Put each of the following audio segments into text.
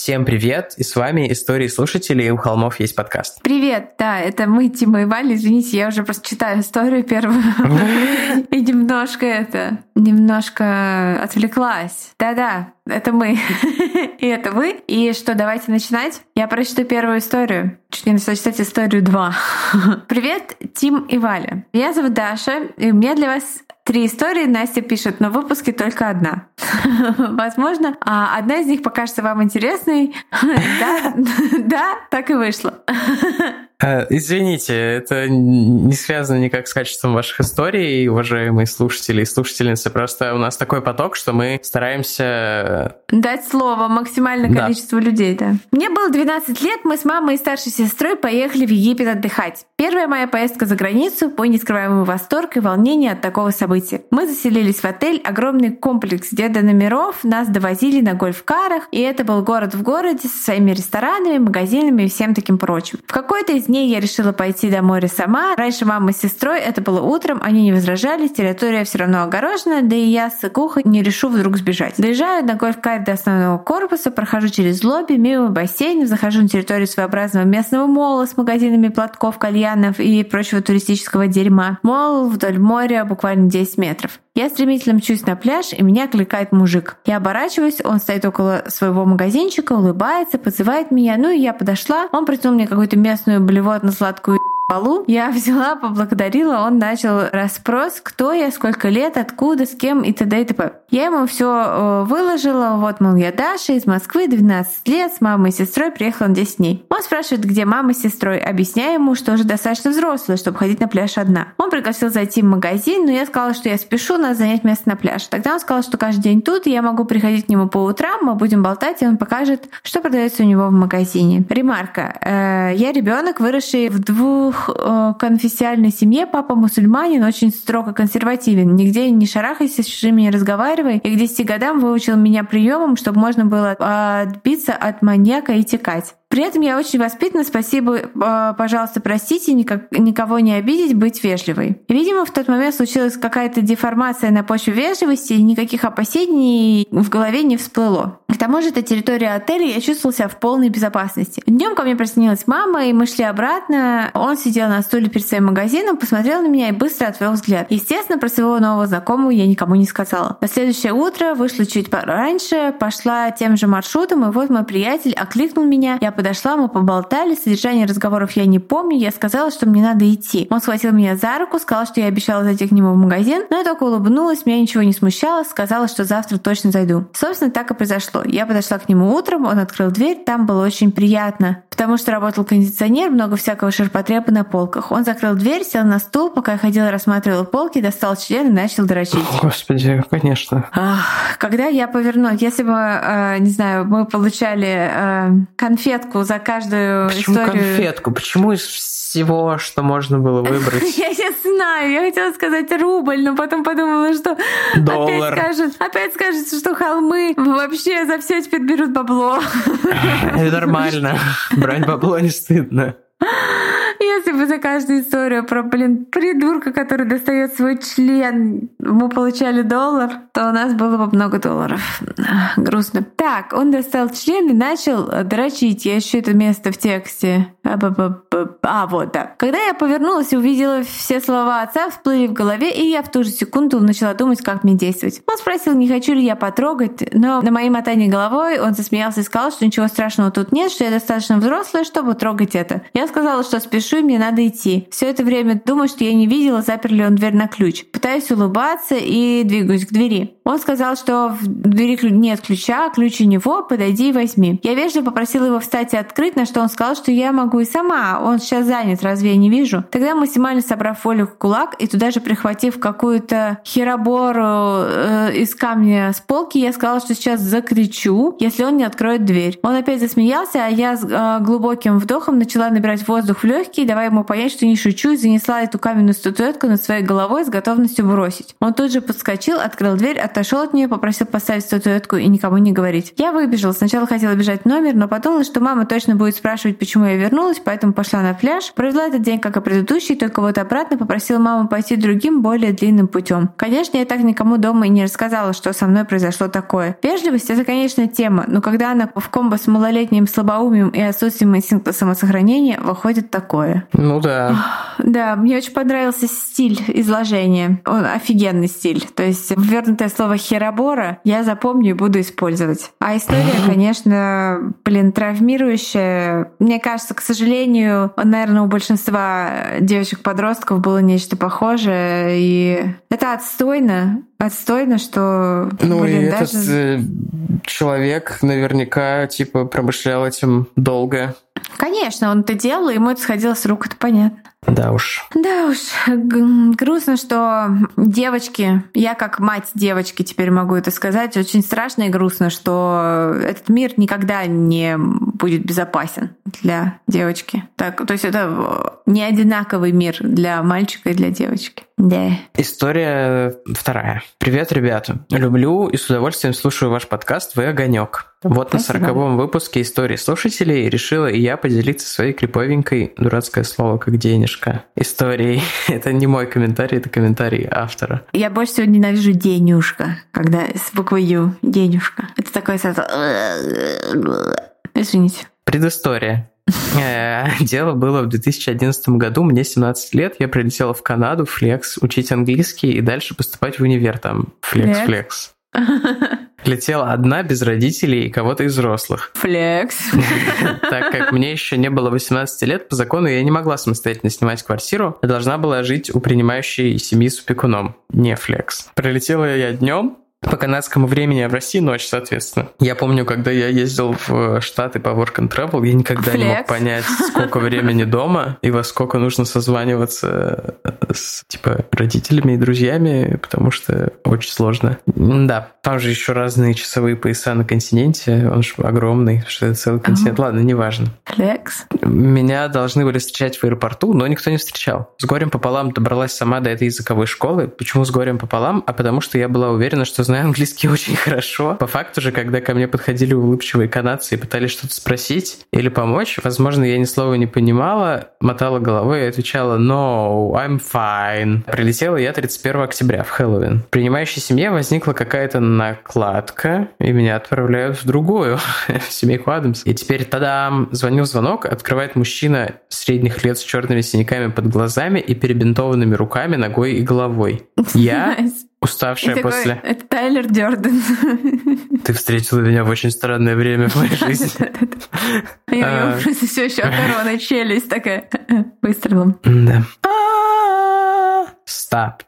Всем привет, и с вами «Истории слушателей», и у холмов есть подкаст. Привет, да, это мы, Тима и Валя. Извините, я уже просто читаю историю первую и немножко отвлеклась. Да-да, это мы. И это вы. И что, давайте начинать? Я прочту первую историю. Чуть не начала читать историю 2. Привет, Тим и Валя. Меня зовут Даша, и у меня для вас 3 истории. Настя пишет, но в выпуске только одна. Возможно, одна из них покажется вам интересной. Да, так и вышло. Извините, это не связано никак с качеством ваших историй, уважаемые слушатели и слушательницы. Просто у нас такой поток, что мы стараемся дать слово максимальному количеству людей, да. Мне было 12 лет, мы с мамой и старшей сестрой поехали в Египет отдыхать. Первая моя поездка за границу, мой нескрываемый восторг и волнение от такого события. Мы заселились в отель, огромный комплекс, где до номеров нас довозили на гольф-карах, и это был город в городе со своими ресторанами, магазинами и всем таким прочим. В какой-то из дней я решила пойти до моря сама. Раньше мама с сестрой, это было утром, они не возражали, территория все равно огорожена, да и я сыкуха не решу вдруг сбежать. Доезжаю на гольф-каре до основного корпуса, прохожу через лобби, мимо бассейна, захожу на территорию своеобразного местного мола с магазинами платков, кальянов и прочего туристического дерьма. Мол вдоль моря буквально 10 метров. Я стремительно мчусь на пляж, и меня окликает мужик. Я оборачиваюсь, он стоит около своего магазинчика, улыбается, подзывает меня, ну и я подошла. Он протянул мне какую-то местную блевотно-сладкую полу. Я взяла, поблагодарила, он начал расспрос, кто я, сколько лет, откуда, с кем и т.д. и т.п. Я ему все выложила, вот, мол, я Даша из Москвы, 12 лет, с мамой и сестрой приехала на 10 дней. Он спрашивает, где мама с сестрой, объясняя ему, что уже достаточно взрослая, чтобы ходить на пляж одна. Он пригласил зайти в магазин, но я сказала, что я спешу, надо занять место на пляж. Тогда он сказал, что каждый день тут, и я могу приходить к нему по утрам, мы будем болтать, и он покажет, что продается у него в магазине. Ремарка. Я ребенок, выросший в двухконфессиональной семье, папа мусульманин, очень строго консервативен, нигде не шарахайся, с чужими не разговаривай, и к 10 годам выучил меня приемам, чтобы можно было отбиться от маньяка и текать. При этом я очень воспитана, спасибо, пожалуйста, простите, никого не обидеть, быть вежливой. Видимо, в тот момент случилась какая-то деформация на почве вежливости, и никаких опасений в голове не всплыло. К тому же, это территория отеля, я чувствовала себя в полной безопасности. Днем ко мне присоединилась мама, и мы шли обратно. Он сидел на стуле перед своим магазином, посмотрел на меня и быстро отвел взгляд. Естественно, про своего нового знакомого я никому не сказала. На следующее утро вышла чуть пораньше, пошла тем же маршрутом, и вот мой приятель окликнул меня. Я подошла, мы поболтали, содержание разговоров я не помню, я сказала, что мне надо идти. Он схватил меня за руку, сказал, что я обещала зайти к нему в магазин, но я только улыбнулась, меня ничего не смущало, сказала, что завтра точно зайду. Собственно, так и произошло. Я подошла к нему утром, он открыл дверь, там было очень приятно, потому что работал кондиционер, много всякого ширпотреба на полках. Он закрыл дверь, сел на стул, пока я ходила, рассматривала полки, достал член и начал дрочить. Господи, конечно. Когда я повернулась, если бы, не знаю, мы получали конфетку за каждую Почему историю. Почему конфетку? Почему из всего, что можно было выбрать? Я не знаю, я хотела сказать рубль, но потом подумала, что доллар. Опять скажут, что холмы вообще за все теперь берут бабло. Это нормально. Брать бабло не стыдно. Если бы за каждую историю про, придурка, который достает свой член, мы получали $1, то у нас было бы много долларов. Грустно. Так, он достал член и начал дрочить. Я ищу это место в тексте. Вот, да. Когда я повернулась и увидела все слова отца, всплыли в голове, и я в ту же секунду начала думать, как мне действовать. Он спросил, не хочу ли я потрогать, но на мои мотания головой он засмеялся и сказал, что ничего страшного тут нет, что я достаточно взрослая, чтобы трогать это. Я сказала, что спешу, и мне надо идти. Все это время думаю, что я не видела, запер ли он дверь на ключ. Пытаюсь улыбаться и двигаюсь к двери. Он сказал, что в двери нет ключа, ключ у него, подойди и возьми. Я вежливо попросила его встать и открыть, на что он сказал, что я могу и сама, он сейчас занят, разве я не вижу? Тогда максимально собрав волю в кулак и туда же прихватив какую-то херобору из камня с полки, я сказала, что сейчас закричу, если он не откроет дверь. Он опять засмеялся, а я с глубоким вдохом начала набирать воздух в легкие, давая ему понять, что не шучу, и занесла эту каменную статуэтку над своей головой с готовностью бросить. Он тут же подскочил, открыл дверь, отошел от нее, попросил поставить статуэтку и никому не говорить. Я выбежала. Сначала хотела бежать в номер, но подумала, что мама точно будет спрашивать, почему я вернулась, вернулась, поэтому пошла на пляж. Провела этот день, как и предыдущий, только вот обратно попросила маму пойти другим, более длинным путем. Конечно, я так никому дома и не рассказала, что со мной произошло такое. Вежливость — это, конечно, тема, но когда она в комбо с малолетним слабоумием и отсутствием инстинкта самосохранения, выходит такое. Ну да. Да, мне очень понравился стиль изложения. Он офигенный стиль. То есть ввернутое слово «херобора» я запомню и буду использовать. А история, конечно, травмирующая. Мне кажется, к сожалению, наверное, у большинства девочек-подростков было нечто похожее. И это отстойно. Отстойно, что... Ну и этот человек наверняка промышлял этим долго. Конечно, он это делал, и ему это сходило с рук, это понятно. Да уж. Да уж. Грустно, что девочки, я как мать девочки теперь могу это сказать, очень страшно и грустно, что этот мир никогда не будет безопасен для девочки. Так, то есть это не одинаковый мир для мальчика и для девочки. Да. История вторая. Привет, ребята. Люблю и с удовольствием слушаю ваш подкаст «Вы огонек». Вот Спасибо. На 40-м выпуске истории слушателей решила и я поделиться своей криповенькой, дурацкое слово как денежка, историей. Это не мой комментарий, это комментарий автора. Я больше всего ненавижу «денюшка», когда с буквой «ю». «Денюшка». Это такое сразу... Извините. Предыстория. Дело было в 2011 году, мне 17 лет, я прилетела в Канаду, флекс, учить английский и дальше поступать в универ там. Флекс. Летела одна, без родителей и кого-то из взрослых. Флекс. Так как мне еще не было 18 лет, по закону я не могла самостоятельно снимать квартиру, а должна была жить у принимающей семьи с опекуном. Не флекс. Прилетела я днем, по канадскому времени, а в России ночь, соответственно. Я помню, когда я ездил в Штаты по Work and Travel, я никогда не мог понять, сколько времени дома и во сколько нужно созваниваться с родителями и друзьями, потому что очень сложно. Да, там же еще разные часовые пояса на континенте, он же огромный, что это целый континент. Ладно, неважно. Флекс. Меня должны были встречать в аэропорту, но никто не встречал. С горем пополам добралась сама до этой языковой школы. Почему с горем пополам? А потому что я была уверена, что знаю английский очень хорошо. По факту же, когда ко мне подходили улыбчивые канадцы и пытались что-то спросить или помочь, возможно, я ни слова не понимала, мотала головой и отвечала «No, I'm fine». Прилетела я 31 октября в Хэллоуин. В принимающей семье возникла какая-то накладка, и меня отправляют в другую, в семейку Адамс. И теперь, тадам, звонил звонок, открывает мужчина средних лет с черными синяками под глазами и перебинтованными руками, ногой и головой. Я... Уставшая после... Это Тайлер Дёрден. Ты встретила меня в очень странное время в моей жизни. Я просто все еще оторванная челюсть такая. Выстрелом. Да. Стоп.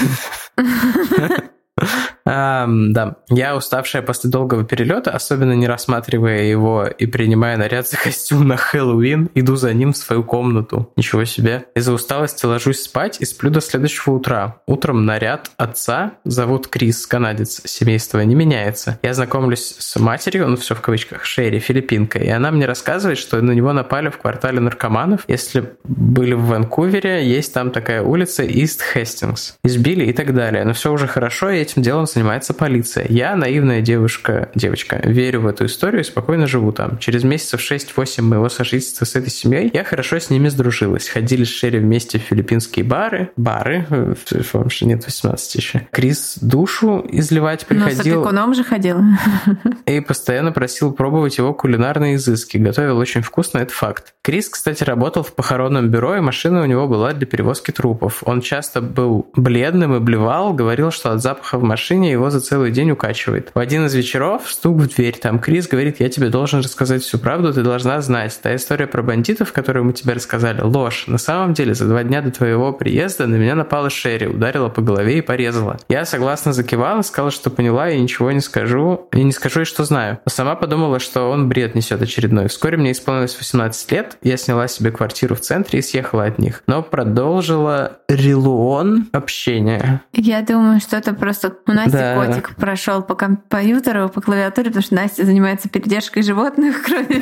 Да, я уставшая после долгого перелета, особенно не рассматривая его и принимая наряд за костюм на Хэллоуин, иду за ним в свою комнату. Ничего себе. Из-за усталости ложусь спать и сплю до следующего утра. Утром наряд отца, зовут Крис, канадец, семейство не меняется. Я знакомлюсь с матерью, ну все в кавычках, Шерри, филиппинка, и она мне рассказывает, что на него напали в квартале наркоманов. Если были в Ванкувере, есть там такая улица Ист Хестингс. Избили и так далее. Но все уже хорошо, и этим делом занимается полиция. Я, наивная девочка, верю в эту историю и спокойно живу там. Через месяцев 6-8 моего сожительства с этой семьей я хорошо с ними сдружилась. Ходили с Шерри вместе в филиппинские бары, вам же нет 18 еще. Крис душу изливать приходил. Но с опекуном же ходил. И постоянно просил пробовать его кулинарные изыски. Готовил очень вкусно, это факт. Крис, кстати, работал в похоронном бюро, и машина у него была для перевозки трупов. Он часто был бледным и блевал, говорил, что от запаха в машине его за целый день укачивает. В один из вечеров стук в дверь. Там Крис говорит: я тебе должен рассказать всю правду, ты должна знать. Та история про бандитов, которую мы тебе рассказали, ложь. На самом деле, за 2 дня до твоего приезда на меня напала Шерри, ударила по голове и порезала. Я согласно закивала, сказала, что поняла и ничего не скажу. И не скажу, и что знаю. Но сама подумала, что он бред несет очередной. Вскоре мне исполнилось 18 лет. Я сняла себе квартиру в центре и съехала от них. Но продолжила релуон общения. Я думаю, что это просто у Насти котик прошел по компьютеру, по клавиатуре, потому что Настя занимается передержкой животных, кроме...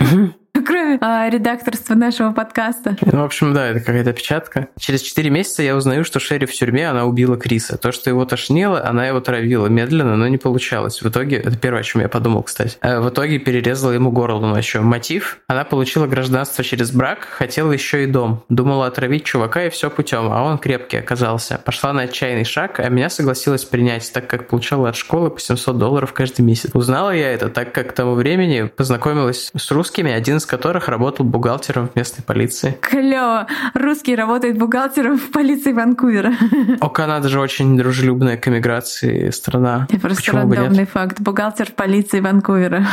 Кроме редакторства нашего подкаста. Ну, в общем, да, это какая-то опечатка. Через 4 месяца я узнаю, что Шерри в тюрьме, она убила Криса. То, что его тошнило, она его травила медленно, но не получалось. В итоге, это первое, о чем я подумал, кстати. В итоге перерезала ему горло ночью. Мотив? Она получила гражданство через брак, хотела еще и дом. Думала отравить чувака, и все путем, а он крепкий оказался. Пошла на отчаянный шаг, а меня согласилась принять, так как получала от школы по $700 каждый месяц. Узнала я это, так как к тому времени познакомилась с русскими, один из которых работал бухгалтером в местной полиции. Клево. Русский работает бухгалтером в полиции Ванкувера. Канада же очень дружелюбная к эмиграции страна. Это просто рандомный факт. Бухгалтер в полиции Ванкувера.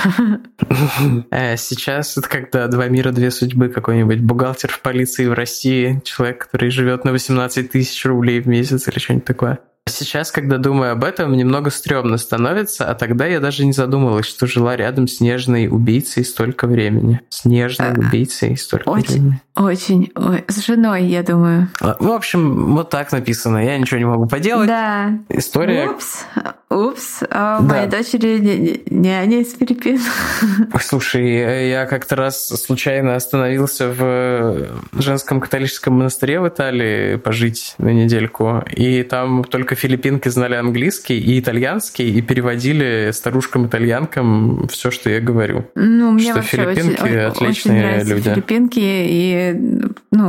Сейчас это когда два мира, две судьбы какой-нибудь. Бухгалтер в полиции в России, человек, который живет на 18 тысяч рублей в месяц или что-нибудь такое. Сейчас, когда думаю об этом, немного стрёмно становится, а тогда я даже не задумывалась, что жила рядом с нежной убийцей столько времени. С нежной убийцей столько времени. Очень. С женой, я думаю. В общем, вот так написано. Я ничего не могу поделать. Да. История... Упс. Моей дочери няня из Филиппин. Слушай, я как-то раз случайно остановился в женском католическом монастыре в Италии пожить на недельку, и там только филиппинки знали английский и итальянский, и переводили старушкам-итальянкам все, что я говорю. Ну, мне что вообще филиппинки отличные очень нравятся люди. Филиппинки, и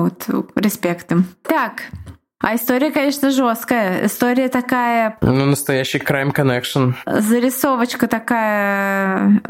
респект им. Так. А история, конечно, жесткая. История такая... настоящий crime connection. Зарисовочка такая...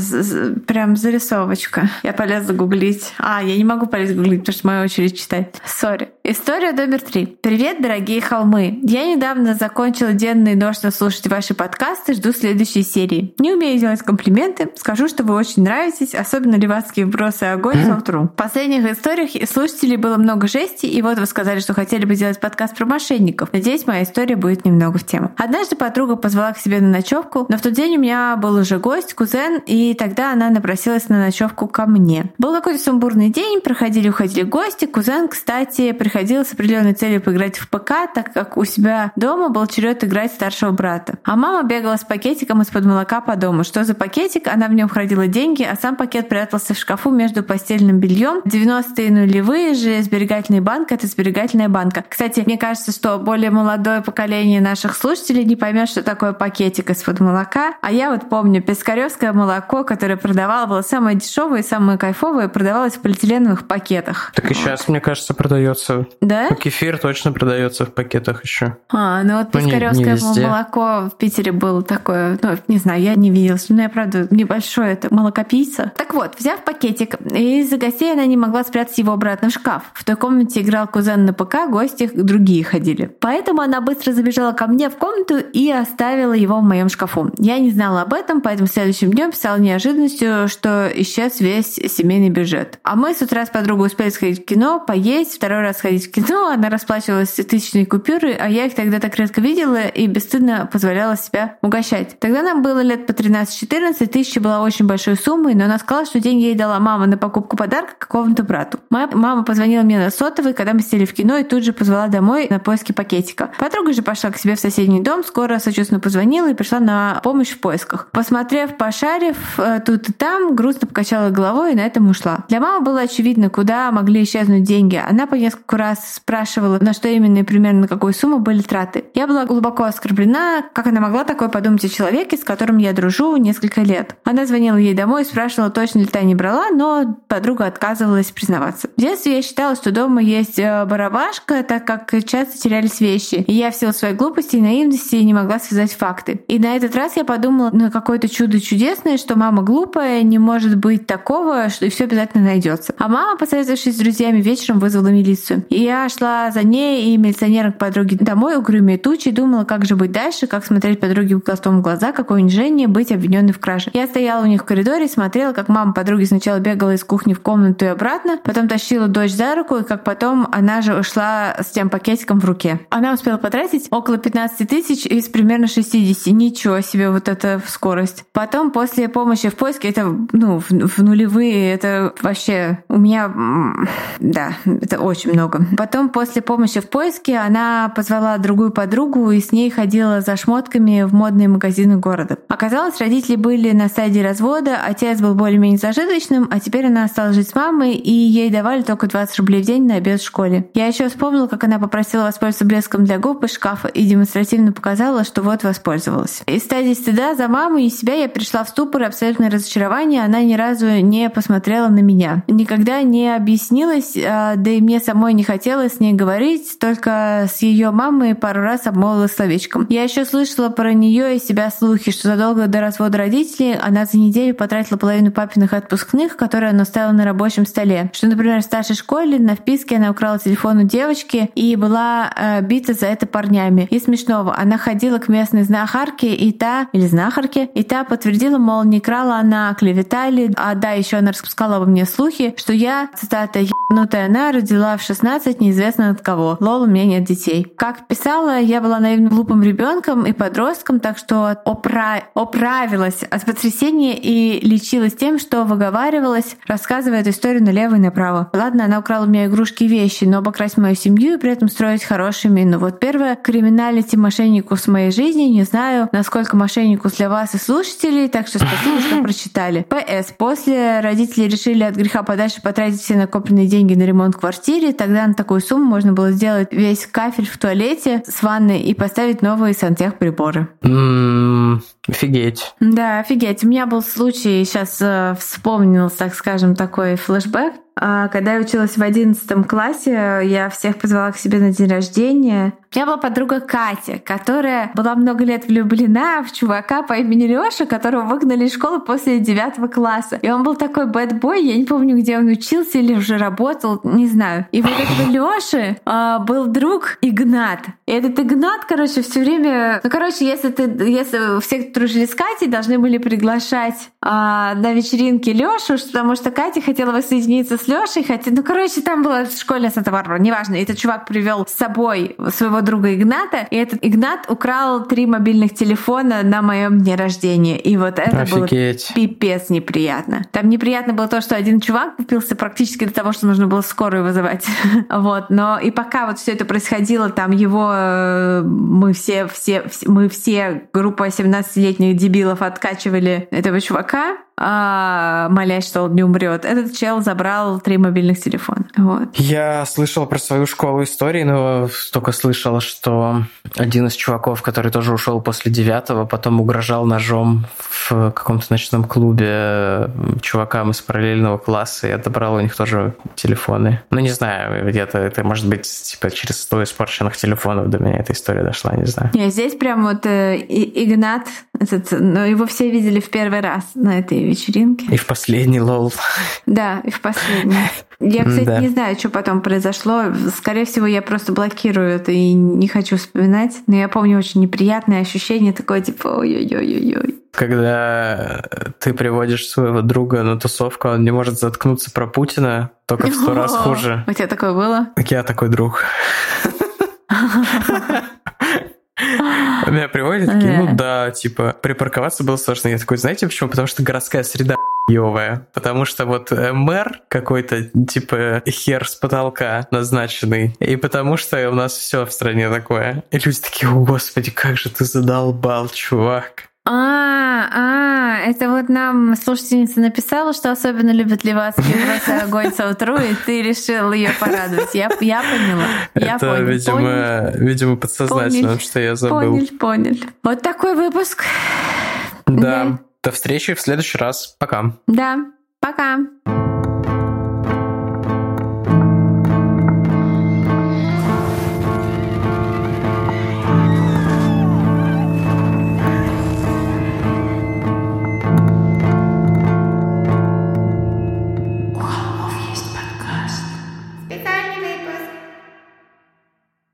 Прям зарисовочка. Я полезла гуглить. Я не могу полезть гуглить, потому что моя очередь читать. Сори. История номер 3. Привет, дорогие холмы. Я недавно закончила денно и ношно слушать ваши подкасты, жду следующей серии. Не умею делать комплименты. Скажу, что вы очень нравитесь, особенно левацкие вбросы огонь соутру. В последних историях слушателей было много жести, и вот вы сказали, что хотели бы сделать подкаст про мошенников. Надеюсь, моя история будет немного в тему. Однажды подруга позвала к себе на ночевку, но в тот день у меня был уже гость, кузен, и тогда она напросилась на ночевку ко мне. Был какой-то сумбурный день, проходили-уходили гости. Кузен, кстати, приходил с определенной целью поиграть в ПК, так как у себя дома был черед играть старшего брата. А мама бегала с пакетиком из-под молока по дому. Что за пакетик? Она в нем хранила деньги, а сам пакет прятался в шкафу между постельным бельем. 90-е нулевые же сберегательный банк — это сберегательная банка. Кстати, мне кажется, что более молодое поколение наших слушателей не поймет, что такое пакетик из-под молока. А я вот помню, пискаревское молоко, которое продавало, было самое дешевое и самое кайфовое, продавалось в полиэтиленовых пакетах. Так и сейчас, мне кажется, продается. Да? Кефир точно продается в пакетах еще. Пискаревское молоко в Питере было такое, не знаю, я не видела, но я, правда, небольшое, это молокопийца. Так вот, взяв пакетик, из-за гостей она не могла спрятать его обратно в шкаф. В той комнате играл кузен на ПК, гости другие ходили. Поэтому она быстро забежала ко мне в комнату и оставила его в моем шкафу. Я не знала об этом, поэтому следующим днем писала неожиданностью, что исчез весь семейный бюджет. А мы с утра с подругой успели сходить в кино, поесть, второй раз сходить в кино. Она расплачивалась тысячные купюры, а я их тогда так редко видела и бесстыдно позволяла себя угощать. Тогда нам было лет по 13-14, 1000 была очень большой суммой, но она сказала, что деньги ей дала мама на покупку подарка какому-то брату. Моя мама позвонила мне на сотовый, когда мы сели в кино, и тут же позвала домой на поиски пакетика. Подруга же пошла к себе в соседний дом, скоро сочувственно позвонила и пришла на помощь в поисках. Посмотрев, пошарив тут и там, грустно покачала головой и на этом ушла. Для мамы было очевидно, куда могли исчезнуть деньги. Она по несколько раз спрашивала, на что именно и примерно на какую сумму были траты. Я была глубоко оскорблена, как она могла такое подумать о человеке, с которым я дружу несколько лет. Она звонила ей домой и спрашивала, точно ли та не брала, но подруга отказывалась признаваться. В детстве я считала, что дома есть барабашка, так как часто терялись вещи. И я в силу своей глупости и наивности не могла связать факты. И на этот раз я подумала на какое-то чудо чудесное, что мама глупая, не может быть такого, что и все обязательно найдется. А мама, посоветовавшись с друзьями, вечером вызвала милицию. И я шла за ней и милиционером к подруге домой, угрюмые тучи, думала, как же быть дальше, как смотреть подруге в глаза, какое унижение быть обвиненной в краже. Я стояла у них в коридоре и смотрела, как мама подруги сначала бегала из кухни в комнату и обратно, потом тащила дочь за руку, и как потом она же ушла с тем прям пакетиком в руке. Она успела потратить около 15 тысяч из примерно 60. Ничего себе, вот эта скорость. Потом после помощи в поиске, это, в нулевые, это вообще у меня, да, это очень много. Потом после помощи в поиске она позвала другую подругу и с ней ходила за шмотками в модные магазины города. Оказалось, родители были на стадии развода, отец был более-менее зажиточным, а теперь она осталась жить с мамой, и ей давали только 20 рублей в день на обед в школе. Я еще вспомнила, как она попросила воспользоваться блеском для губ из шкафа и демонстративно показала, что вот воспользовалась. Из стадии стыда за маму и себя я пришла в ступор и абсолютное разочарование. Она ни разу не посмотрела на меня. Никогда не объяснилась, да и мне самой не хотелось с ней говорить, только с ее мамой пару раз обмолвилась словечком. Я еще слышала про нее и себя слухи, что задолго до развода родителей она за неделю потратила половину папиных отпускных, которые она оставила на рабочем столе. Что, например, в старшей школе на вписке она украла телефон у девочки и была бита за это парнями. И смешного, она ходила к местной знахарке, и та подтвердила, мол, не крала она, клеветали. А да, еще она распускала обо мне слухи, что я, цитата, ебнутая она, родила в 16 неизвестно от кого. Лол, у меня нет детей. Как писала, я была наивным глупым ребенком и подростком, так что оправилась от потрясения и лечилась тем, что выговаривалась, рассказывая эту историю налево и направо. Ладно, она украла у меня игрушки и вещи, но обокрасть мою семью и при этом строить хорошую мину. Вот первое, криминалити мошеннику с моей жизни. Не знаю, насколько мошеннику для вас и слушателей, так что спасибо, что прочитали. П.С. После родители решили от греха подальше потратить все накопленные деньги на ремонт в квартире. Тогда на такую сумму можно было сделать весь кафель в туалете с ванной и поставить новые сантехприборы. Офигеть. Да, офигеть. У меня был случай, сейчас вспомнил, так скажем, такой флешбэк. Когда я училась в 11 классе, я всех позвала к себе на день рождения. У меня была подруга Катя, которая была много лет влюблена в чувака по имени Лёша, которого выгнали из школы после 9 класса. И он был такой бэдбой, я не помню, где он учился или уже работал, не знаю. И вот этого Лёши был друг Игнат. И этот Игнат, все время... если все, кто дружили с Катей, должны были приглашать на вечеринки Лёшу, потому что Катя хотела воссоединиться с Лёшей. Там была школьная Санта-Барбара, неважно. Этот чувак привел с собой своего друга Игната, и этот Игнат украл 3 мобильных телефона на моем дне рождения. И вот это Офигеть. Было пипец неприятно. Там неприятно было то, что один чувак купился практически до того, что нужно было скорую вызывать. Вот. Но и пока вот все это происходило, там мы все, группа 17-летних дебилов откачивали этого чувака, молясь, что он не умрет. Этот чел забрал 3 мобильных телефона. Вот. Я слышал про свою школу истории, но только слышал, что один из чуваков, который тоже ушел после 9-го, потом угрожал ножом в каком-то ночном клубе чувакам из параллельного класса и отобрал у них тоже телефоны. Не знаю, где-то это может быть через 100 испорченных телефонов до меня эта история дошла, не знаю. Нет, здесь прям вот Игнат, его все видели в первый раз на этой вечеринке. И в последний, лол. Да, и в последний. Я, кстати, не знаю, что потом произошло. Скорее всего, я просто блокирую это и не хочу вспоминать. Но я помню очень неприятное ощущение, такое типа ой-ой-ой-ой-ой. Когда ты приводишь своего друга на тусовку, он не может заткнуться про Путина, только в 100 раз хуже. У тебя такое было? Я такой друг. Меня приводят, такие, припарковаться было сложно. Я такой, знаете почему? Потому что городская среда ебая. Потому что вот мэр какой-то, хер с потолка назначенный. И потому что у нас все в стране такое. И люди такие, о господи, как же ты задолбал, чувак. Это вот нам слушательница написала, что особенно любит Левацкий бросая огонь со утру, и ты решил ее порадовать. Я поняла. Это, видимо, подсознательно, что я забыл. Понял. Вот такой выпуск. Да. До встречи в следующий раз. Пока. Да, пока.